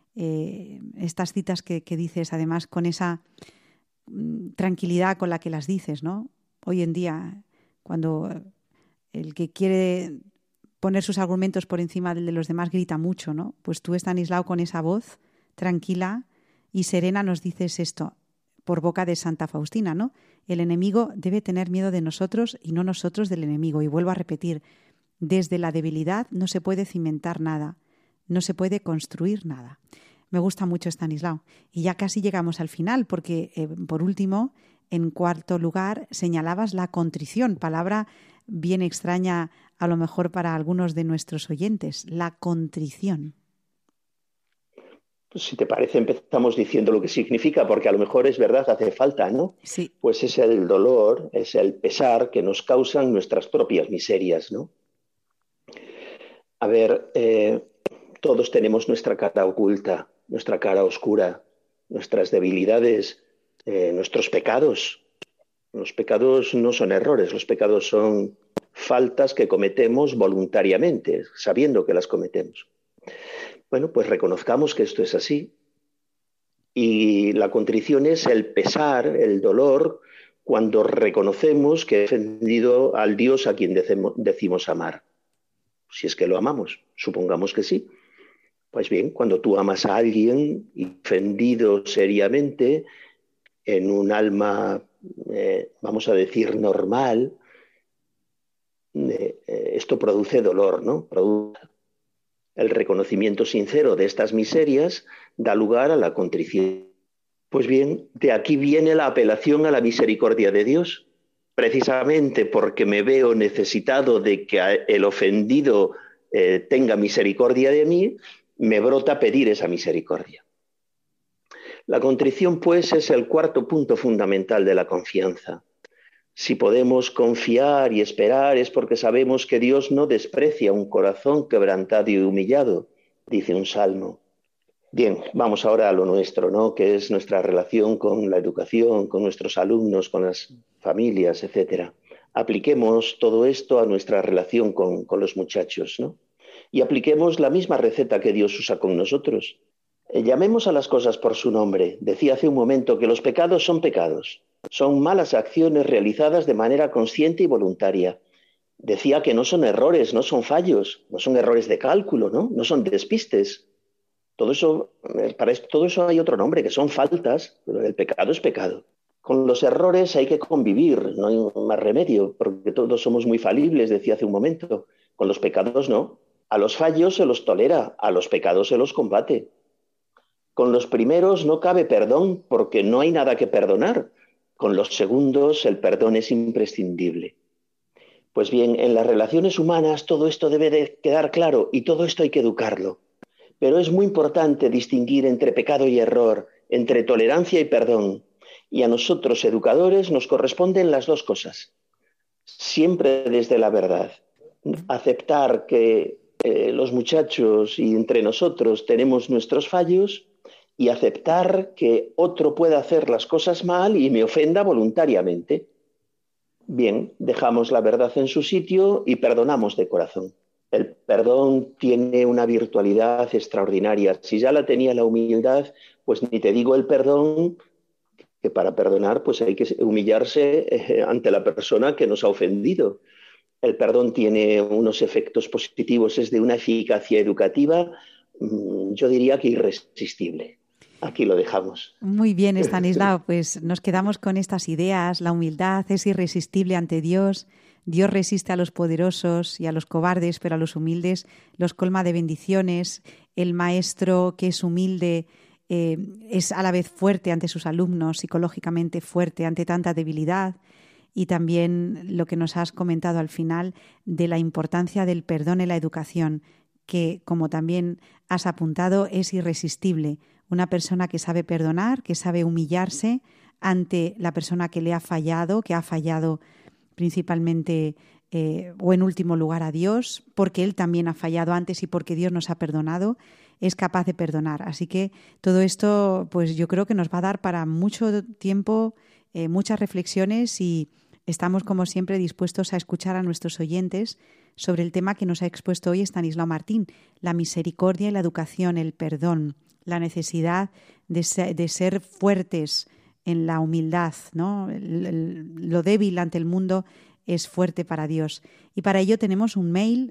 estas citas que dices, además con esa tranquilidad con la que las dices, ¿no? Hoy en día, cuando el que quiere poner sus argumentos por encima del de los demás grita mucho, ¿no? Pues tú, Estanislao, con esa voz tranquila y serena nos dices esto por boca de Santa Faustina, ¿no? El enemigo debe tener miedo de nosotros y no nosotros del enemigo. Y vuelvo a repetir, desde la debilidad no se puede cimentar nada, no se puede construir nada. Me gusta mucho, Estanislao. Y ya casi llegamos al final, porque por último, en cuarto lugar, señalabas la contrición, palabra bien extraña a lo mejor para algunos de nuestros oyentes, la contrición. Pues si te parece, empezamos diciendo lo que significa, porque a lo mejor es verdad, hace falta, ¿no? Sí. Pues es el dolor, es el pesar que nos causan nuestras propias miserias, ¿no? A ver, todos tenemos nuestra cara oculta, nuestra cara oscura, nuestras debilidades, nuestros pecados. Los pecados no son errores, los pecados son faltas que cometemos voluntariamente, sabiendo que las cometemos. Bueno, pues reconozcamos que esto es así. Y la contrición es el pesar, el dolor, cuando reconocemos que he ofendido al Dios a quien decimos amar. Si es que lo amamos, supongamos que sí. Pues bien, cuando tú amas a alguien y ofendido seriamente en un alma, vamos a decir, normal, esto produce dolor, ¿no? El reconocimiento sincero de estas miserias da lugar a la contrición. Pues bien, de aquí viene la apelación a la misericordia de Dios, precisamente porque me veo necesitado de que el ofendido tenga misericordia de mí, me brota pedir esa misericordia. La contrición, pues, es el cuarto punto fundamental de la confianza. Si podemos confiar y esperar es porque sabemos que Dios no desprecia un corazón quebrantado y humillado, dice un salmo. Bien, vamos ahora a lo nuestro, ¿no? Que es nuestra relación con la educación, con nuestros alumnos, con las familias, etc. Apliquemos todo esto a nuestra relación con los muchachos, ¿no? Y apliquemos la misma receta que Dios usa con nosotros. Llamemos a las cosas por su nombre. Decía hace un momento que los pecados. Son malas acciones realizadas de manera consciente y voluntaria. Decía que no son errores, no son fallos, no son errores de cálculo, no son despistes. Todo eso hay otro nombre, que son faltas, pero el pecado es pecado. Con los errores hay que convivir, no hay más remedio, porque todos somos muy falibles, decía hace un momento. Con los pecados no. A los fallos se los tolera, a los pecados se los combate. Con los primeros no cabe perdón porque no hay nada que perdonar. Con los segundos el perdón es imprescindible. Pues bien, en las relaciones humanas todo esto debe de quedar claro y todo esto hay que educarlo. Pero es muy importante distinguir entre pecado y error, entre tolerancia y perdón. Y a nosotros, educadores, nos corresponden las dos cosas. Siempre desde la verdad. Aceptar que los muchachos y entre nosotros tenemos nuestros fallos y aceptar que otro pueda hacer las cosas mal y me ofenda voluntariamente. Bien, dejamos la verdad en su sitio y perdonamos de corazón. El perdón tiene una virtualidad extraordinaria. Si ya la tenía la humildad, pues ni te digo el perdón, que para perdonar pues hay que humillarse ante la persona que nos ha ofendido. El perdón tiene unos efectos positivos, es de una eficacia educativa, yo diría que irresistible. Aquí lo dejamos. Muy bien, Estanislao, pues nos quedamos con estas ideas. La humildad es irresistible ante Dios. Dios resiste a los poderosos y a los cobardes, pero a los humildes los colma de bendiciones. El maestro que es humilde es a la vez fuerte ante sus alumnos, psicológicamente fuerte ante tanta debilidad. Y también lo que nos has comentado al final de la importancia del perdón en la educación, que, como también has apuntado, es irresistible. Una persona que sabe perdonar, que sabe humillarse ante la persona que le ha fallado, que ha fallado principalmente o en último lugar a Dios, porque Él también ha fallado antes y porque Dios nos ha perdonado, es capaz de perdonar. Así que todo esto, pues yo creo que nos va a dar para mucho tiempo, muchas reflexiones, y estamos como siempre dispuestos a escuchar a nuestros oyentes sobre el tema que nos ha expuesto hoy Estanislao Martín, la misericordia y la educación, el perdón, la necesidad de ser fuertes en la humildad, ¿no? Lo débil ante el mundo es fuerte para Dios. Y para ello tenemos un mail,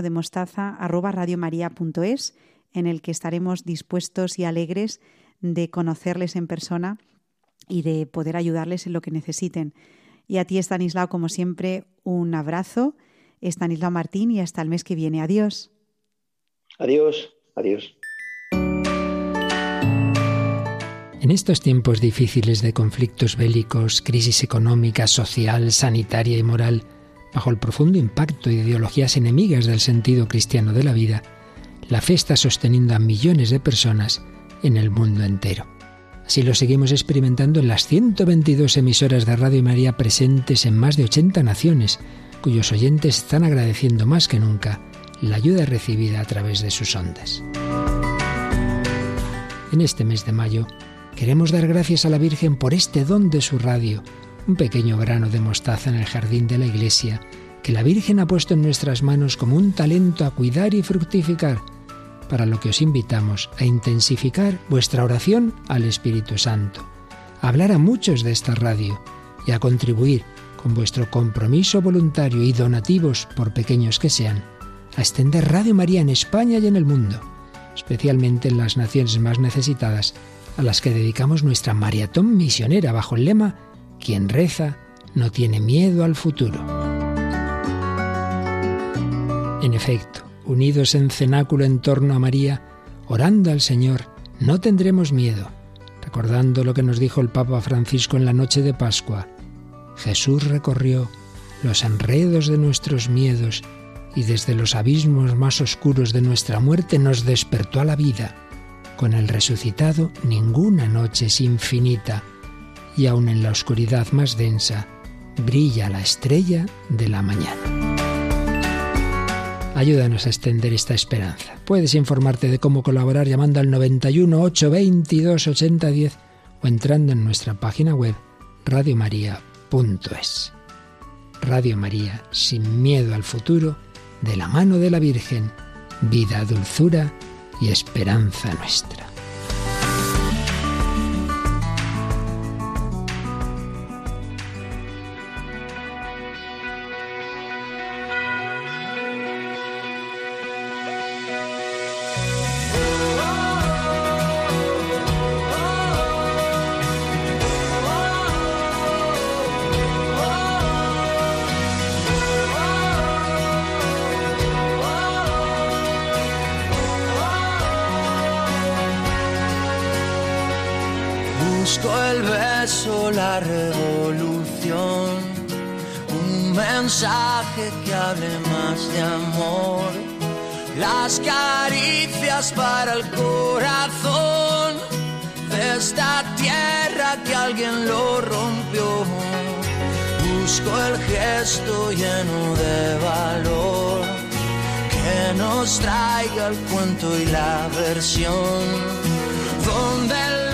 elgranodemostaza@radiomaria.es, en el que estaremos dispuestos y alegres de conocerles en persona y de poder ayudarles en lo que necesiten. Y a ti, Estanislao, como siempre, un abrazo. Estanislao Martín, y hasta el mes que viene. Adiós. Adiós, adiós. En estos tiempos difíciles de conflictos bélicos, crisis económica, social, sanitaria y moral, bajo el profundo impacto de ideologías enemigas del sentido cristiano de la vida, la fe está sosteniendo a millones de personas en el mundo entero. Así lo seguimos experimentando en las 122 emisoras de Radio María presentes en más de 80 naciones, cuyos oyentes están agradeciendo más que nunca la ayuda recibida a través de sus ondas. En este mes de mayo, queremos dar gracias a la Virgen por este don de su radio, un pequeño grano de mostaza en el jardín de la Iglesia, que la Virgen ha puesto en nuestras manos como un talento a cuidar y fructificar, para lo que os invitamos a intensificar vuestra oración al Espíritu Santo, a hablar a muchos de esta radio y a contribuir con vuestro compromiso voluntario y donativos, por pequeños que sean, a extender Radio María en España y en el mundo, especialmente en las naciones más necesitadas, a las que dedicamos nuestra maratón misionera bajo el lema «Quien reza no tiene miedo al futuro». En efecto, unidos en cenáculo en torno a María, orando al Señor, no tendremos miedo, recordando lo que nos dijo el Papa Francisco en la noche de Pascua. Jesús recorrió los enredos de nuestros miedos y desde los abismos más oscuros de nuestra muerte nos despertó a la vida. Con el resucitado ninguna noche es infinita y aun en la oscuridad más densa brilla la estrella de la mañana. Ayúdanos a extender esta esperanza. Puedes informarte de cómo colaborar llamando al 91 822 8010 o entrando en nuestra página web radiomaria.es. Radio María, sin miedo al futuro, de la mano de la Virgen, vida, dulzura y esperanza nuestra. Busco el beso, la revolución, un mensaje que hable más de amor, las caricias para el corazón de esta tierra que alguien lo rompió. Busco el gesto lleno de valor que nos traiga el cuento y la versión donde el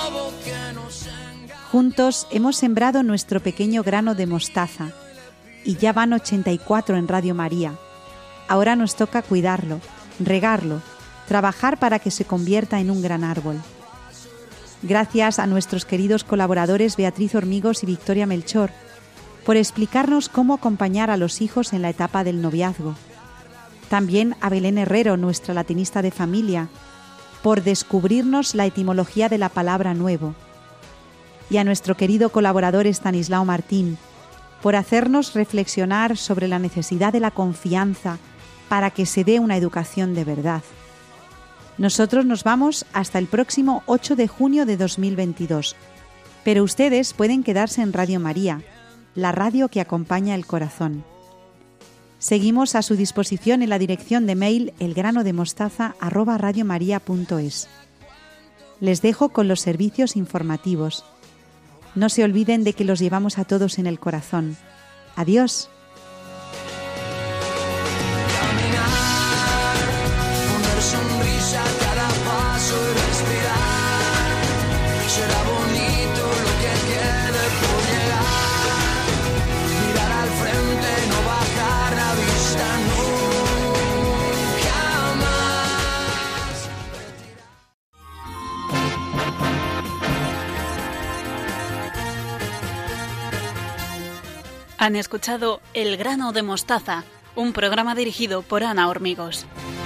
Juntos hemos sembrado nuestro pequeño grano de mostaza y ya van 84 en Radio María. Ahora nos toca cuidarlo, regarlo, trabajar para que se convierta en un gran árbol. Gracias a nuestros queridos colaboradores Beatriz Hormigos y Victoria Melchor por explicarnos cómo acompañar a los hijos en la etapa del noviazgo. También a Belén Herrero, nuestra latinista de familia, por descubrirnos la etimología de la palabra nuevo. Y a nuestro querido colaborador Estanislao Martín, por hacernos reflexionar sobre la necesidad de la confianza para que se dé una educación de verdad. Nosotros nos vamos hasta el próximo 8 de junio de 2022, pero ustedes pueden quedarse en Radio María, la radio que acompaña el corazón. Seguimos a su disposición en la dirección de mail elgranodemostaza@radiomaria.es. Les dejo con los servicios informativos. No se olviden de que los llevamos a todos en el corazón. Adiós. Caminar, poner sonrisa a cada paso y respirar. Será bonito lo que quede por llegar. Mirar al frente, no bajar la vista nunca más. Han escuchado El grano de mostaza, un programa dirigido por Ana Hormigos.